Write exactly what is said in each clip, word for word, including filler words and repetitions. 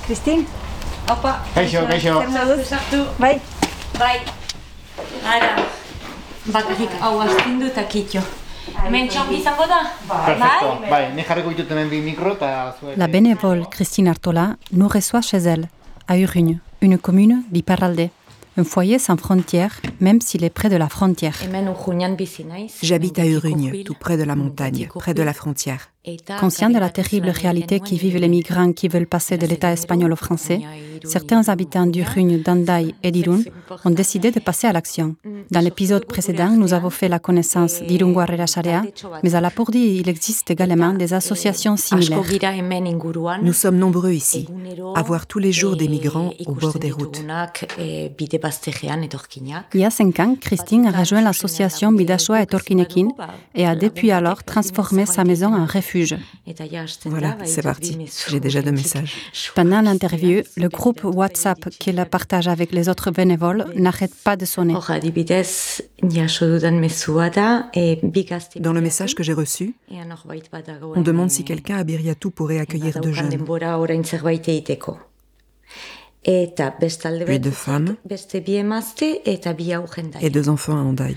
Christine? Opa. Kaixo, kaixo. Sartu. Bai. Bai. Ara. Bakarrik hau astindu eta kitxo. Hemen txongi izango da? Perfecto. Bai, ni jarriko ditut hemen bi mikro eta zuek. La bénévole Christine Artola nous reçoit chez elle, à Urugne, une commune d'Iparralde. Un foyer sans frontières, même s'il est près de la frontière. J'habite à Urugne, tout près de la montagne, près de la frontière. Conscient de la terrible réalité qui vivent les migrants qui veulent passer de l'État espagnol au français, certains habitants d'Urugne, d'Andaï et d'Irún ont décidé de passer à l'action. Dans l'épisode précédent, nous avons fait la connaissance d'Irungo Harrera Sarea, mais à Lapurdi, il existe également des associations similaires. Nous sommes nombreux ici, à voir tous les jours des migrants au bord des routes. Il y a cinq ans, Christine a rejoint l'association Bidasoa Etorkinekin et a depuis alors transformé sa maison en refuge. Voilà, c'est parti. J'ai déjà deux messages. Pendant l'interview, le groupe WhatsApp qu'il partage avec les autres bénévoles n'arrête pas de sonner. Dans le message que j'ai reçu, on demande si quelqu'un à Biriatou pourrait accueillir deux jeunes. Puis deux femmes et deux enfants à Andaï.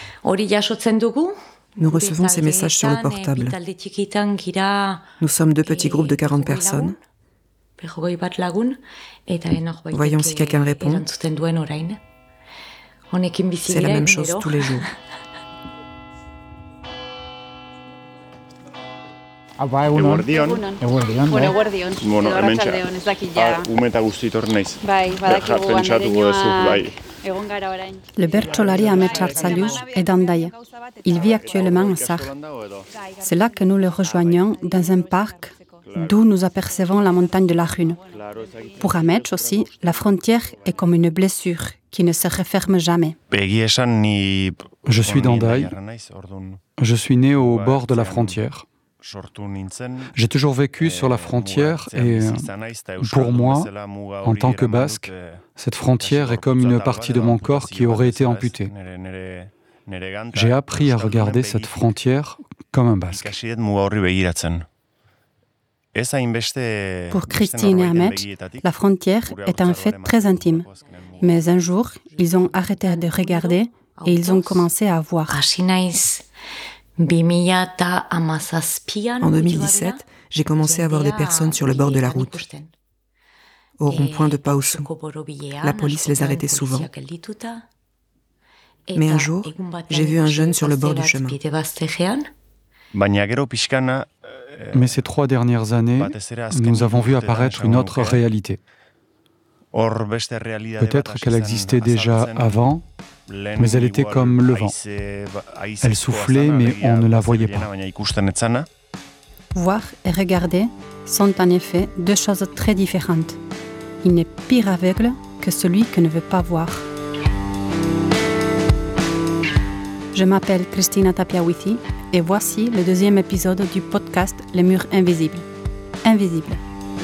Nous recevons ces messages sur le portable. Nous sommes deux petits groupes de quarante personnes. Voyons si quelqu'un répond. C'est la même chose tous les jours. Apa, egunon. Eguerdion. Eguerdion. Bueno, eguerdion. Bueno, hementsa. Ez dakit ja. Ume eta guzti torri naiz. Bai, badakigu pentsatuko duzu, bai. Egon gara orain. Le Bercholari Ahmed Charsalus est d'Andaï. Il vit actuellement à Sarre. C'est là que nous le rejoignons dans un parc d'où nous apercevons la montagne de la Rune. Pour Ahmed aussi, la frontière est comme une blessure qui ne se referme jamais. Je suis d'Andaï. Je suis né au bord de la frontière. J'ai toujours vécu sur la frontière et pour moi, en tant que basque, cette frontière est comme une partie de mon corps qui aurait été amputée. J'ai appris à regarder cette frontière comme un basque. Pour Christine et Ahmed, la frontière est un fait très intime. Mais un jour, ils ont arrêté de regarder et ils ont commencé à voir. En deux mille dix-sept, j'ai commencé à voir des personnes sur le bord de la route, au rond-point de Pausu. La police les arrêtait souvent. Mais un jour, j'ai vu un jeune sur le bord du chemin. Mais ces trois dernières années, nous avons vu apparaître une autre réalité. Peut-être qu'elle existait déjà avant, mais elle était comme le vent. Elle soufflait, mais on ne la voyait pas. Voir et regarder sont en effet deux choses très différentes. Il n'est pire aveugle que celui qui ne veut pas voir. Je m'appelle Christina Tapiawithi et voici le deuxième épisode du podcast Les Murs Invisibles. Invisibles.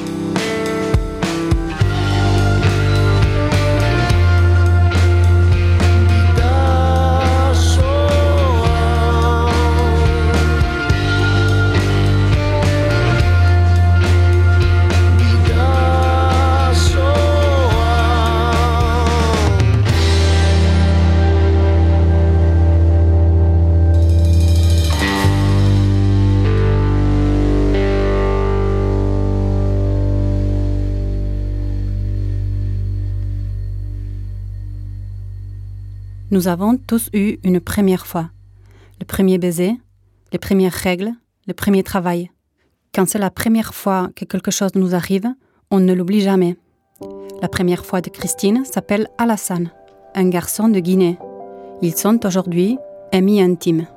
Nous avons tous eu une première fois. Le premier baiser, les premières règles, le premier travail. Quand c'est la première fois que quelque chose nous arrive, on ne l'oublie jamais. La première fois de Christine s'appelle Alassane, un garçon de Guinée. Ils sont aujourd'hui amis intimes.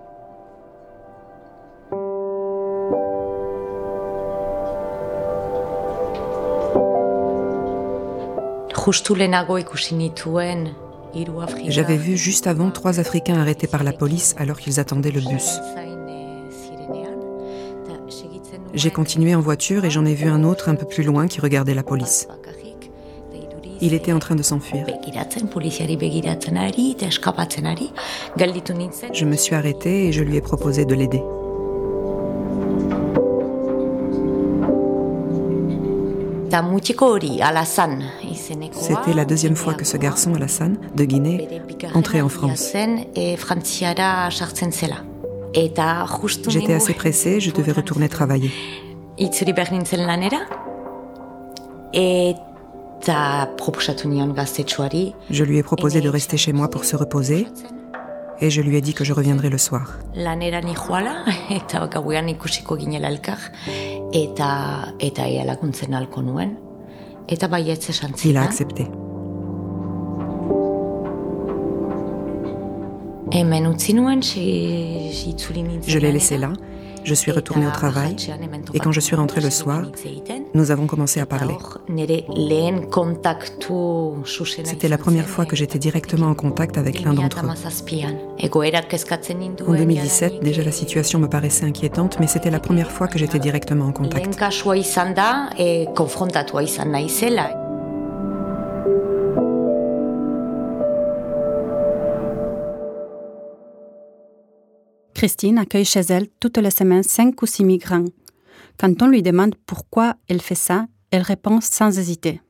J'avais vu juste avant trois Africains arrêtés par la police alors qu'ils attendaient le bus. J'ai continué en voiture et j'en ai vu un autre un peu plus loin qui regardait la police. Il était en train de s'enfuir. Je me suis arrêtée et je lui ai proposé de l'aider. C'était la deuxième fois que ce garçon, Alassane, de Guinée, entrait en France. J'étais assez pressée, je devais retourner travailler. Je lui ai proposé de rester chez moi pour se reposer et je lui ai dit que je reviendrai le soir. Il a accepté. Je l'ai laissé là, je suis retournée au travail et quand je suis rentrée le soir, nous avons commencé à parler. C'était la première fois que j'étais directement en contact avec l'un d'entre eux. En deux mille dix-sept, déjà la situation me paraissait inquiétante, mais c'était la première fois que j'étais directement en contact. Christine accueille chez elle toutes les semaines cinq ou six migrants. Quand on lui demande pourquoi elle fait ça, elle répond sans hésiter.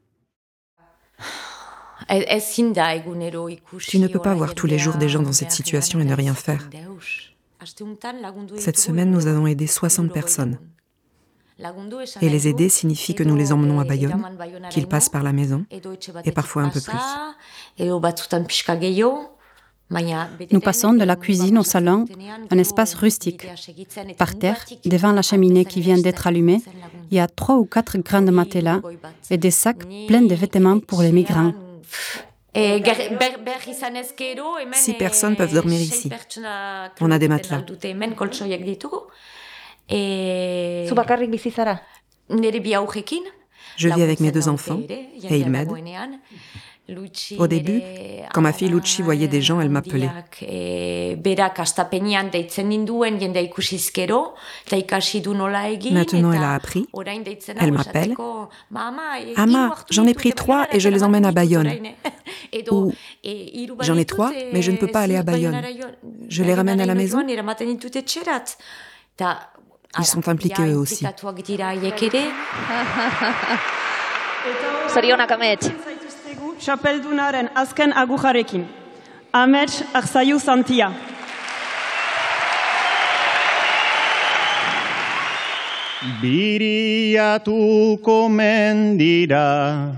Tu ne peux pas voir tous les jours des gens dans cette situation et ne rien faire. Cette semaine, nous avons aidé soixante personnes. Et les aider signifie que nous les emmenons à Bayonne, qu'ils passent par la maison, et parfois un peu plus. Nous passons de la cuisine au salon, un espace rustique. Par terre, devant la cheminée qui vient d'être allumée, il y a trois ou quatre grandes matelas et des sacs pleins de vêtements pour les migrants. Six personnes peuvent dormir ici. On a des matelas. Je vis avec mes deux enfants et ils m'aident. Au début, quand ma fille Luchi voyait des gens, elle m'appelait. Maintenant, elle a appris. Elle m'appelle. Ama, j'en ai pris trois et je les emmène à Bayonne. Ou j'en ai trois, mais je ne peux pas aller à Bayonne. Je les ramène à la maison. Ils sont impliqués eux aussi. Txapeldunaren azken agujarekin. Amets Arzaiu Santia. Biriatuko mendira,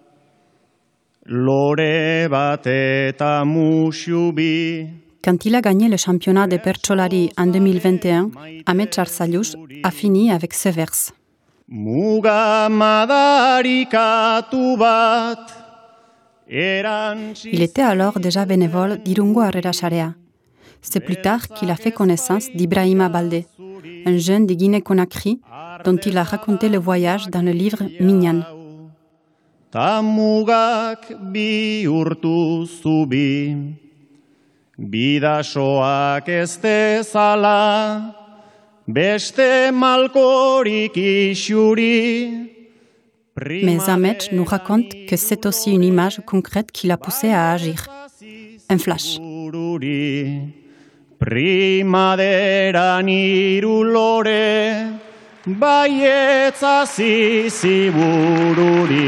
lore bat eta musu bi. Quand il a gagné le championnat de Bertsolari en deux mille vingt et un, Amets Arzaius a fini avec ce vers. Muga madarikatu bat. Il était alors déjà bénévole d'Irungo Harrera Sarea. C'est plus tard qu'il a fait connaissance d'Ibrahima Baldé, un jeune de Guinée-Conakry dont il a raconté le voyage dans le livre Minyan. Tamugak bihurtu zubi, bidasoak ez dezala, beste malkorik isuri. Mais Amets nous raconte que c'est aussi une image concrète qui l'a poussé à agir. Un flash. Primaderan hiru lore, baietza zizibururi.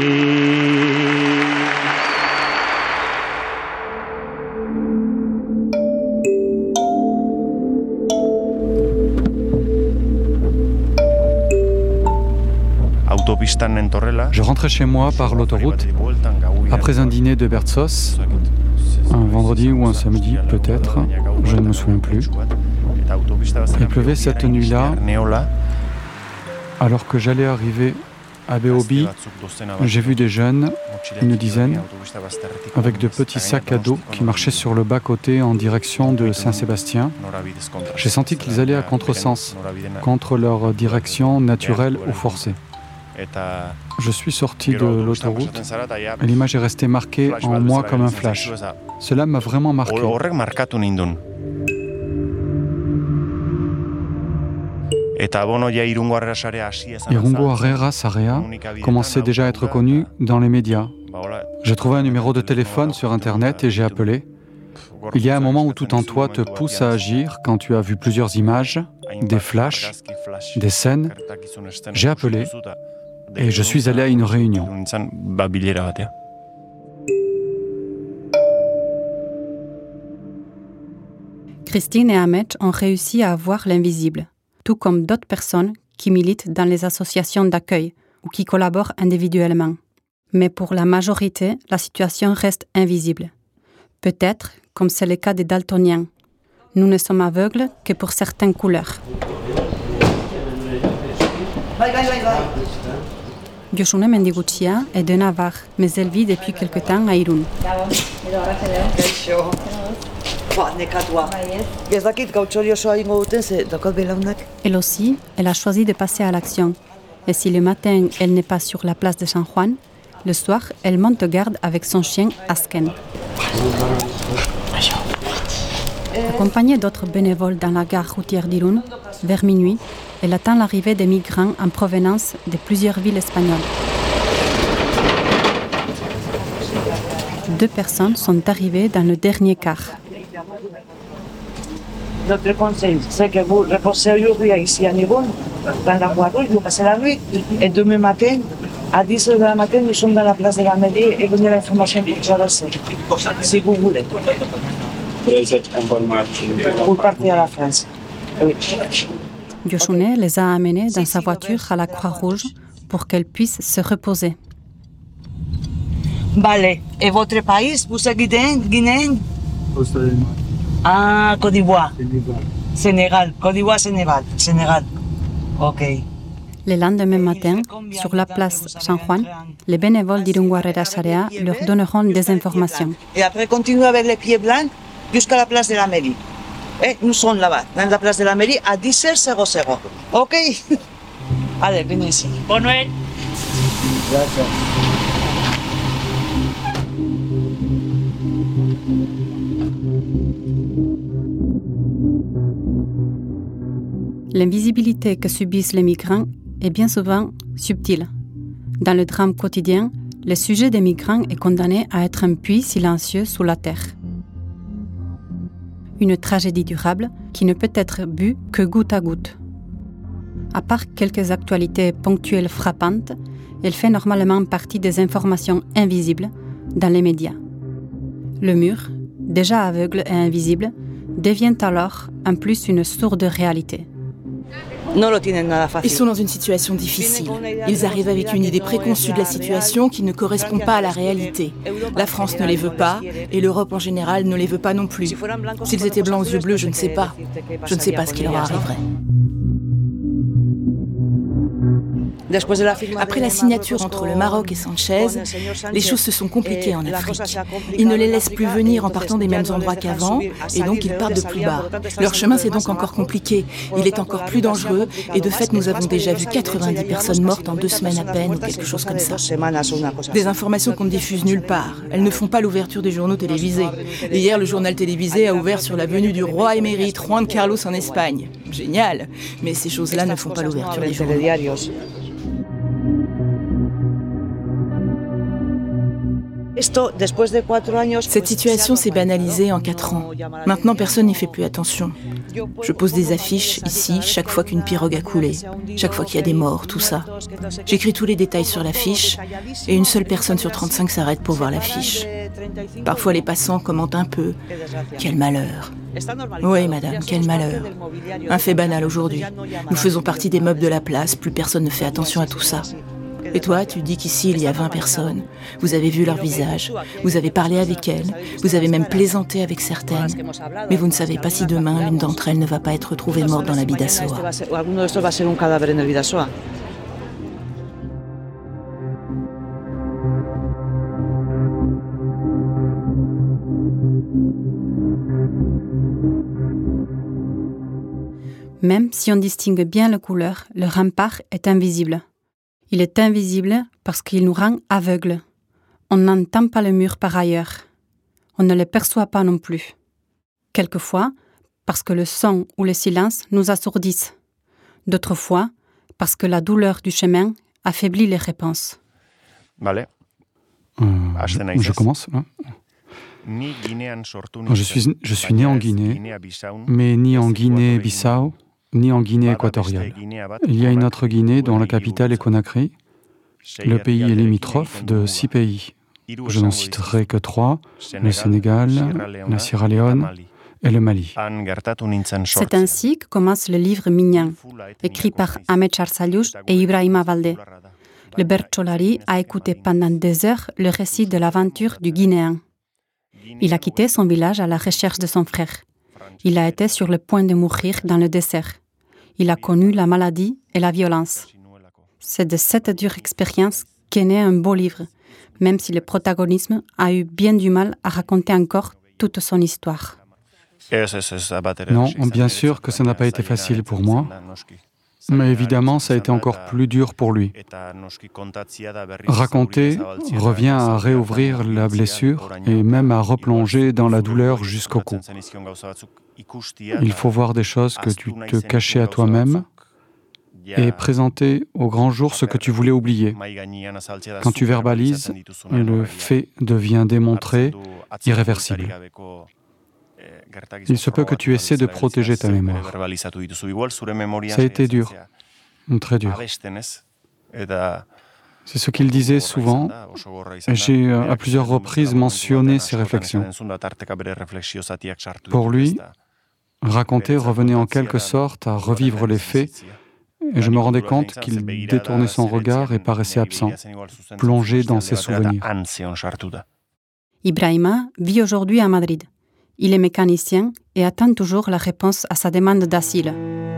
Je rentrais chez moi par l'autoroute, après un dîner de Bertsos, un vendredi ou un samedi peut-être, je ne me souviens plus. Il pleuvait cette nuit-là. Alors que j'allais arriver à Beobi, j'ai vu des jeunes, une dizaine, avec de petits sacs à dos qui marchaient sur le bas-côté en direction de Saint-Sébastien. J'ai senti qu'ils allaient à contresens, contre leur direction naturelle ou forcée. Je suis sorti de l'autoroute et l'image est restée marquée en moi comme un flash. Cela m'a vraiment marqué. Irungo Harrera Sarea commençait déjà à être connu dans les médias. J'ai trouvé un numéro de téléphone sur Internet et j'ai appelé. Il y a un moment où tout en toi te pousse à agir quand tu as vu plusieurs images, des flashs, des scènes. J'ai appelé. et je suis allé à une réunion. Christine et Ahmed ont réussi à voir l'invisible, tout comme d'autres personnes qui militent dans les associations d'accueil ou qui collaborent individuellement. Mais pour la majorité, la situation reste invisible. Peut-être comme c'est le cas des daltoniens. Nous ne sommes aveugles que pour certaines couleurs. Josune Mendiguchia est de Navarre, mais elle vit depuis quelque temps à Irún. Elle aussi, elle a choisi de passer à l'action. Et si le matin, elle n'est pas sur la place de San Juan, le soir, elle monte garde avec son chien Asken. Accompagnée d'autres bénévoles dans la gare routière d'Irún, vers minuit, elle attend l'arrivée des migrants en provenance de plusieurs villes espagnoles. Deux personnes sont arrivées dans le dernier car. Notre conseil, c'est que vous reposez aujourd'hui ici à Irún, dans la voiture, vous passez la nuit, et demain matin, à dix heures du matin, nous sommes dans la place de la mairie et donnez l'information pour traverser, si vous voulez. Pour partir à la France. Oui. Josune les a amenés dans sa voiture à la Croix-Rouge pour qu'elles puissent se reposer. Vale. Et votre pays, vous êtes guinéen? Guinéen? Ah, Côte d'Ivoire. Sénégal. Côte d'Ivoire, Sénégal. Sénégal. Ok. Le lendemain matin, sur la place San Juan, les bénévoles d'Irunguarrera Sarea leur donneront des informations. Et après, continuez avec les pieds blancs jusqu'à la place de la mairie. Et nous sommes là-bas, dans la place de la mairie, à dix heures zéro zéro. Ok? Allez, venez ici. Bonne nuit. Gracias. L'invisibilité que subissent les migrants est bien souvent subtile. Dans le drame quotidien, le sujet des migrants est condamné à être un puits silencieux sous la terre. Une tragédie durable qui ne peut être bue que goutte à goutte. À part quelques actualités ponctuelles frappantes, elle fait normalement partie des informations invisibles dans les médias. Le mur, déjà aveugle et invisible, devient alors en plus une sourde réalité. Ils sont dans une situation difficile. Ils arrivent avec une idée préconçue de la situation qui ne correspond pas à la réalité. La France ne les veut pas, et l'Europe en général ne les veut pas non plus. S'ils étaient blancs aux yeux bleus, je ne sais pas. Je ne sais pas ce qui leur arriverait. Après la signature entre le Maroc et Sanchez, les choses se sont compliquées en Afrique. Ils ne les laissent plus venir en partant des mêmes endroits qu'avant, et donc ils partent de plus bas. Leur chemin s'est donc encore compliqué. Il est encore plus dangereux, et de fait, nous avons déjà vu quatre-vingt-dix personnes mortes en deux semaines à peine, ou quelque chose comme ça. Des informations qu'on ne diffuse nulle part. Elles ne font pas l'ouverture des journaux télévisés. Hier, le journal télévisé a ouvert sur la venue du roi émérite Juan Carlos en Espagne. Génial, mais ces choses-là ne font pas l'ouverture des journaux. Cette situation s'est banalisée en quatre ans. Maintenant, personne n'y fait plus attention. Je pose des affiches ici chaque fois qu'une pirogue a coulé, chaque fois qu'il y a des morts, tout ça. J'écris tous les détails sur l'affiche et une seule personne sur trente-cinq s'arrête pour voir l'affiche. Parfois, les passants commentent un peu. Quel malheur. Oui, madame, quel malheur. Un fait banal aujourd'hui. Nous faisons partie des meubles de la place, plus personne ne fait attention à tout ça. Et toi, tu dis qu'ici, il y a vingt personnes. Vous avez vu leur visage, vous avez parlé avec elles, vous avez même plaisanté avec certaines. Mais vous ne savez pas si demain, l'une d'entre elles ne va pas être retrouvée morte dans la Bidasoa. Même si on distingue bien les couleurs, le rempart est invisible. Il est invisible parce qu'il nous rend aveugles. On n'entend pas le mur par ailleurs. On ne le perçoit pas non plus. Quelquefois, parce que le son ou le silence nous assourdissent. D'autres fois, parce que la douleur du chemin affaiblit les réponses. Vale. Euh, je, je commence là. Je suis, je suis né en Guinée, mais ni en Guinée-Bissau, ni en Guinée équatoriale. Il y a une autre Guinée dont la capitale est Conakry. Le pays est limitrophe de six pays. Je n'en citerai que trois, le Sénégal, la Sierra Leone et le Mali. C'est ainsi que commence le livre Minyan, écrit par Ahmed Charsaliouch et Ibrahima Valdé. Le Bercholari a écouté pendant des heures le récit de l'aventure du Guinéen. Il a quitté son village à la recherche de son frère. Il a été sur le point de mourir dans le désert. Il a connu la maladie et la violence. C'est de cette dure expérience qu'est né un beau livre, même si le protagonisme a eu bien du mal à raconter encore toute son histoire. Non, bien sûr que ça n'a pas été facile pour moi, mais évidemment, ça a été encore plus dur pour lui. Raconter revient à réouvrir la blessure et même à replonger dans la douleur jusqu'au cou. Il faut voir des choses que tu te cachais à toi-même et présenter au grand jour ce que tu voulais oublier. Quand tu verbalises, le fait devient démontré, irréversible. Il se peut que tu essaies de protéger ta mémoire. Ça a été dur, très dur. C'est ce qu'il disait souvent, et j'ai à plusieurs reprises mentionné ses réflexions. Pour lui, raconter revenait en quelque sorte à revivre les faits, et je me rendais compte qu'il détournait son regard et paraissait absent, plongé dans ses souvenirs. Ibrahima vit aujourd'hui à Madrid. Il est mécanicien et attend toujours la réponse à sa demande d'asile.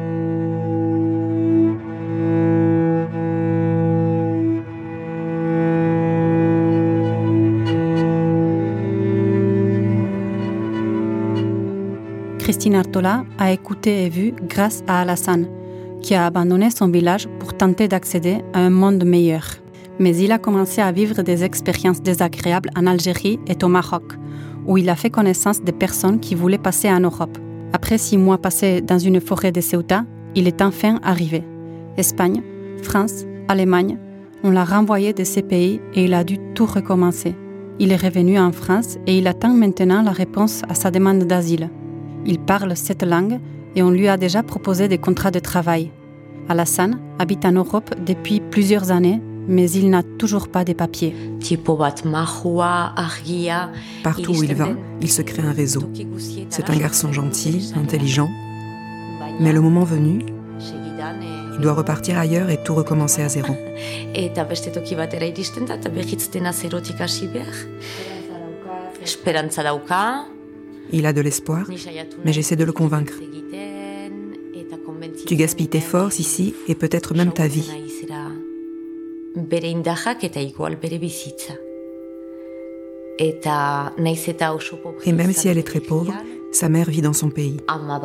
Christine Artola a écouté et vu grâce à Alassane, qui a abandonné son village pour tenter d'accéder à un monde meilleur. Mais il a commencé à vivre des expériences désagréables en Algérie et au Maroc, où il a fait connaissance des personnes qui voulaient passer en Europe. Après six mois passés dans une forêt de Ceuta, il est enfin arrivé. Espagne, France, Allemagne, on l'a renvoyé de ces pays et il a dû tout recommencer. Il est revenu en France et il attend maintenant la réponse à sa demande d'asile. Il parle cette langue et on lui a déjà proposé des contrats de travail. Alassane habite en Europe depuis plusieurs années, mais il n'a toujours pas de papiers. Partout où il va, il se crée un réseau. C'est un garçon gentil, intelligent, mais le moment venu, il doit repartir ailleurs et tout recommencer à zéro. Il a de l'espoir, mais j'essaie de le convaincre. Tu gaspilles tes forces ici et peut-être même ta vie. Et même si elle est très pauvre, sa mère vit dans son pays.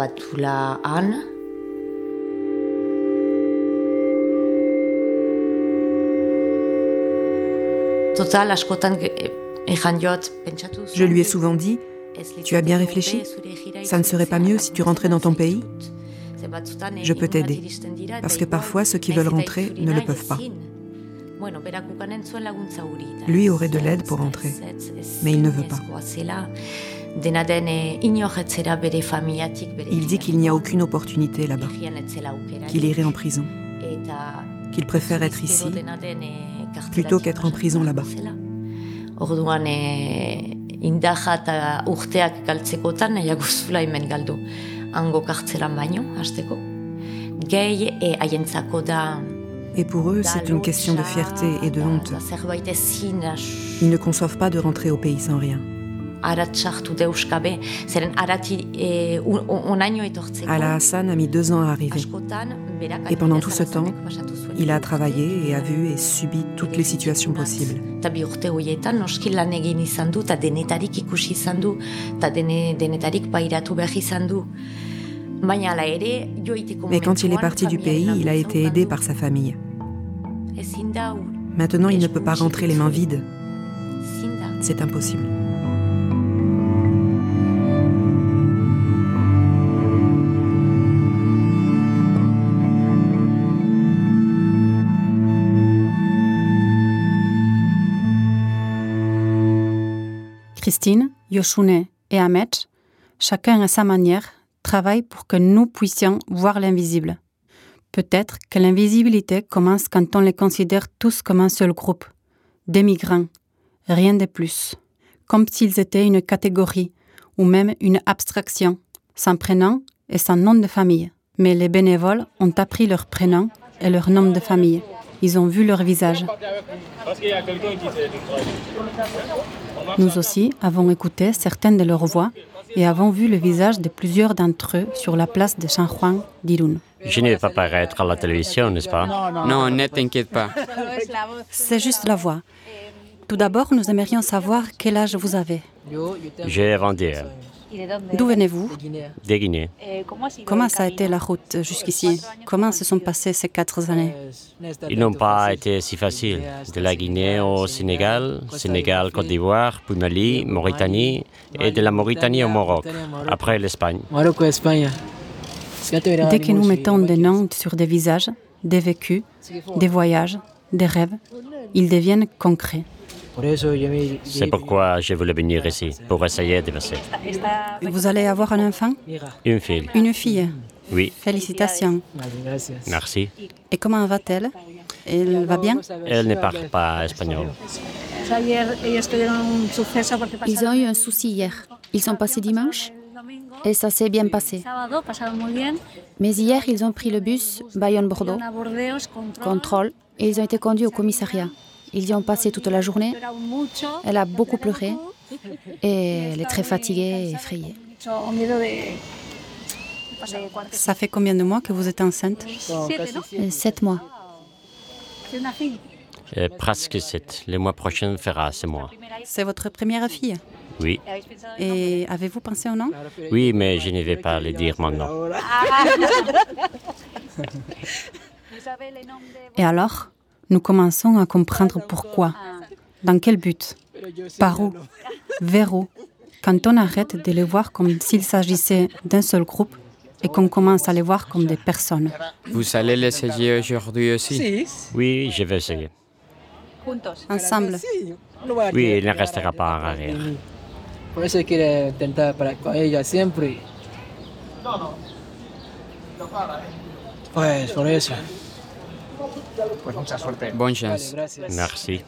Je lui ai souvent dit, tu as bien réfléchi, ça ne serait pas mieux si tu rentrais dans ton pays ? Je peux t'aider, parce que parfois ceux qui veulent rentrer ne le peuvent pas. Lui aurait de l'aide pour rentrer, mais il ne veut pas. Il dit qu'il n'y a aucune opportunité là-bas, qu'il irait en prison, qu'il préfère être ici plutôt qu'être en prison là-bas. Et pour eux, c'est une question de fierté et de honte. Ils ne conçoivent pas de rentrer au pays sans rien. Alassane a mis deux ans à arriver. Et pendant tout ce temps, il a travaillé et a vu et subi toutes les situations possibles. Mais quand il est parti du pays, il a été aidé par sa famille. Maintenant, il ne peut pas rentrer les mains vides. C'est impossible. Christine, Yoshune et Ahmed, chacun à sa manière, travaillent pour que nous puissions voir l'invisible. Peut-être que l'invisibilité commence quand on les considère tous comme un seul groupe, des migrants, rien de plus, comme s'ils étaient une catégorie ou même une abstraction, sans prénom et sans nom de famille. Mais les bénévoles ont appris leur prénom et leur nom de famille. Ils ont vu leur visage. Nous aussi avons écouté certaines de leurs voix et avons vu le visage de plusieurs d'entre eux sur la place de San Juan d'Irún. Je ne vais pas paraître à la télévision, n'est-ce pas? Non, ne t'inquiète pas. C'est juste la voix. Tout d'abord, nous aimerions savoir quel âge vous avez. J'ai vendu. D'où venez-vous? De Guinée. Comment ça a été la route jusqu'ici? Comment se sont passées ces quatre années? Ils n'ont pas été si faciles. De la Guinée au Sénégal, Sénégal, Côte d'Ivoire, puis Mali, Mauritanie, et de la Mauritanie au Maroc, après l'Espagne. Dès que nous mettons des noms sur des visages, des vécus, des voyages, des rêves, ils deviennent concrets. C'est pourquoi je voulais venir ici, pour essayer de passer. Vous allez avoir un enfant? Une fille. Une fille? Oui. Félicitations. Merci. Et comment va-t-elle? Elle va bien? Elle ne parle pas espagnol. Ils ont eu un souci hier. Ils sont passés dimanche et ça s'est bien passé. Mais hier, ils ont pris le bus Bayonne-Bordeaux, contrôle, et ils ont été conduits au commissariat. Ils y ont passé toute la journée. Elle a beaucoup pleuré et elle est très fatiguée et effrayée. Ça fait combien de mois que vous êtes enceinte? Sept mois. Euh, presque sept. Le mois prochain fera ce mois. C'est votre première fille? Oui. Et avez-vous pensé au nom? Oui, mais je ne vais pas le dire maintenant. Et alors, nous commençons à comprendre pourquoi, dans quel but, par où, vers où, quand on arrête de les voir comme s'il s'agissait d'un seul groupe et qu'on commence à les voir comme des personnes. Vous allez l'essayer aujourd'hui aussi? Oui, je vais essayer. Ensemble? Oui, il ne restera pas en arrière. Por eso quiere intentar para con ella siempre. Pues por eso. Pues mucha suerte. Bonne chance. Merci.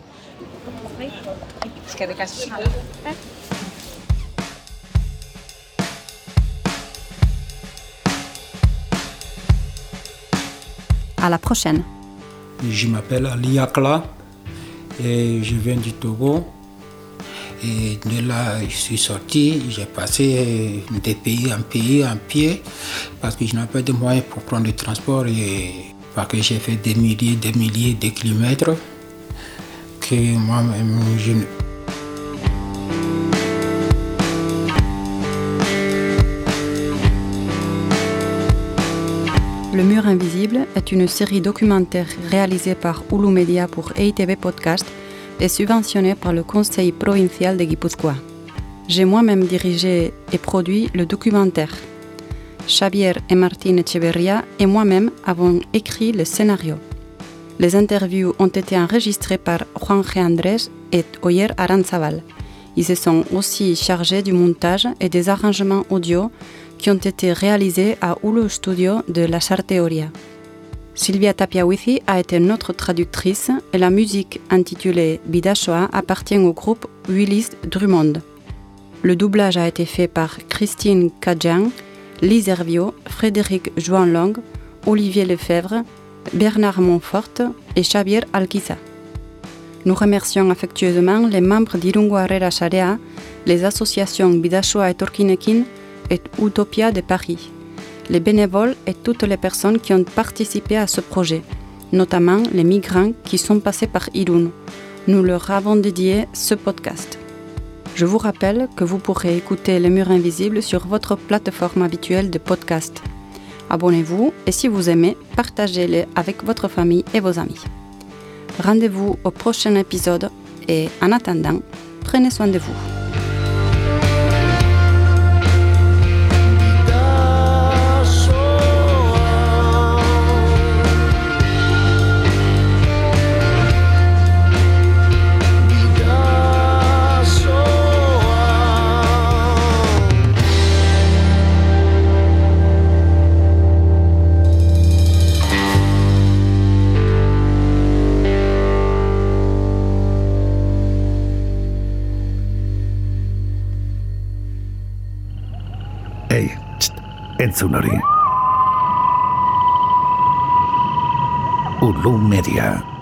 À la prochaine. Je m'appelle Ali Akla et je viens du Togo. Et de là, je suis sorti, j'ai passé de pays en pays en pied parce que je n'avais pas de moyens pour prendre le transport et parce que j'ai fait des milliers, des milliers de kilomètres que moi-même je ne... Le Mur Invisible est une série documentaire réalisée par Ulu Media pour E I T V Podcast et subventionnée par le Conseil provincial de Guipúzcoa. J'ai moi-même dirigé et produit le documentaire. Xavier et Martine Echeverria et moi-même avons écrit le scénario. Les interviews ont été enregistrées par Juanje Andrés et Oyer Aranzabal. Ils se sont aussi chargés du montage et des arrangements audio qui ont été réalisés à Ulu Studio de La Charteoria. Silvia Tapiawifi a été notre traductrice et la musique intitulée Bidasoa appartient au groupe Willis Drummond. Le doublage a été fait par Christine Kadjian, Lise Herviot, Frédéric Joanlong, Olivier Lefebvre, Bernard Montfort et Xavier Alquiza. Nous remercions affectueusement les membres d'Irungo Harrera Sarea, les associations Bidasoa et Torkinekin et Utopia de Paris, les bénévoles et toutes les personnes qui ont participé à ce projet, notamment les migrants qui sont passés par Irún. Nous leur avons dédié ce podcast. Je vous rappelle que vous pourrez écouter Les Murs Invisibles sur votre plateforme habituelle de podcast. Abonnez-vous et si vous aimez, partagez-les avec votre famille et vos amis. Rendez-vous au prochain épisode et en attendant, prenez soin de vous. Ei, txt, entzun hori. Ulu Media.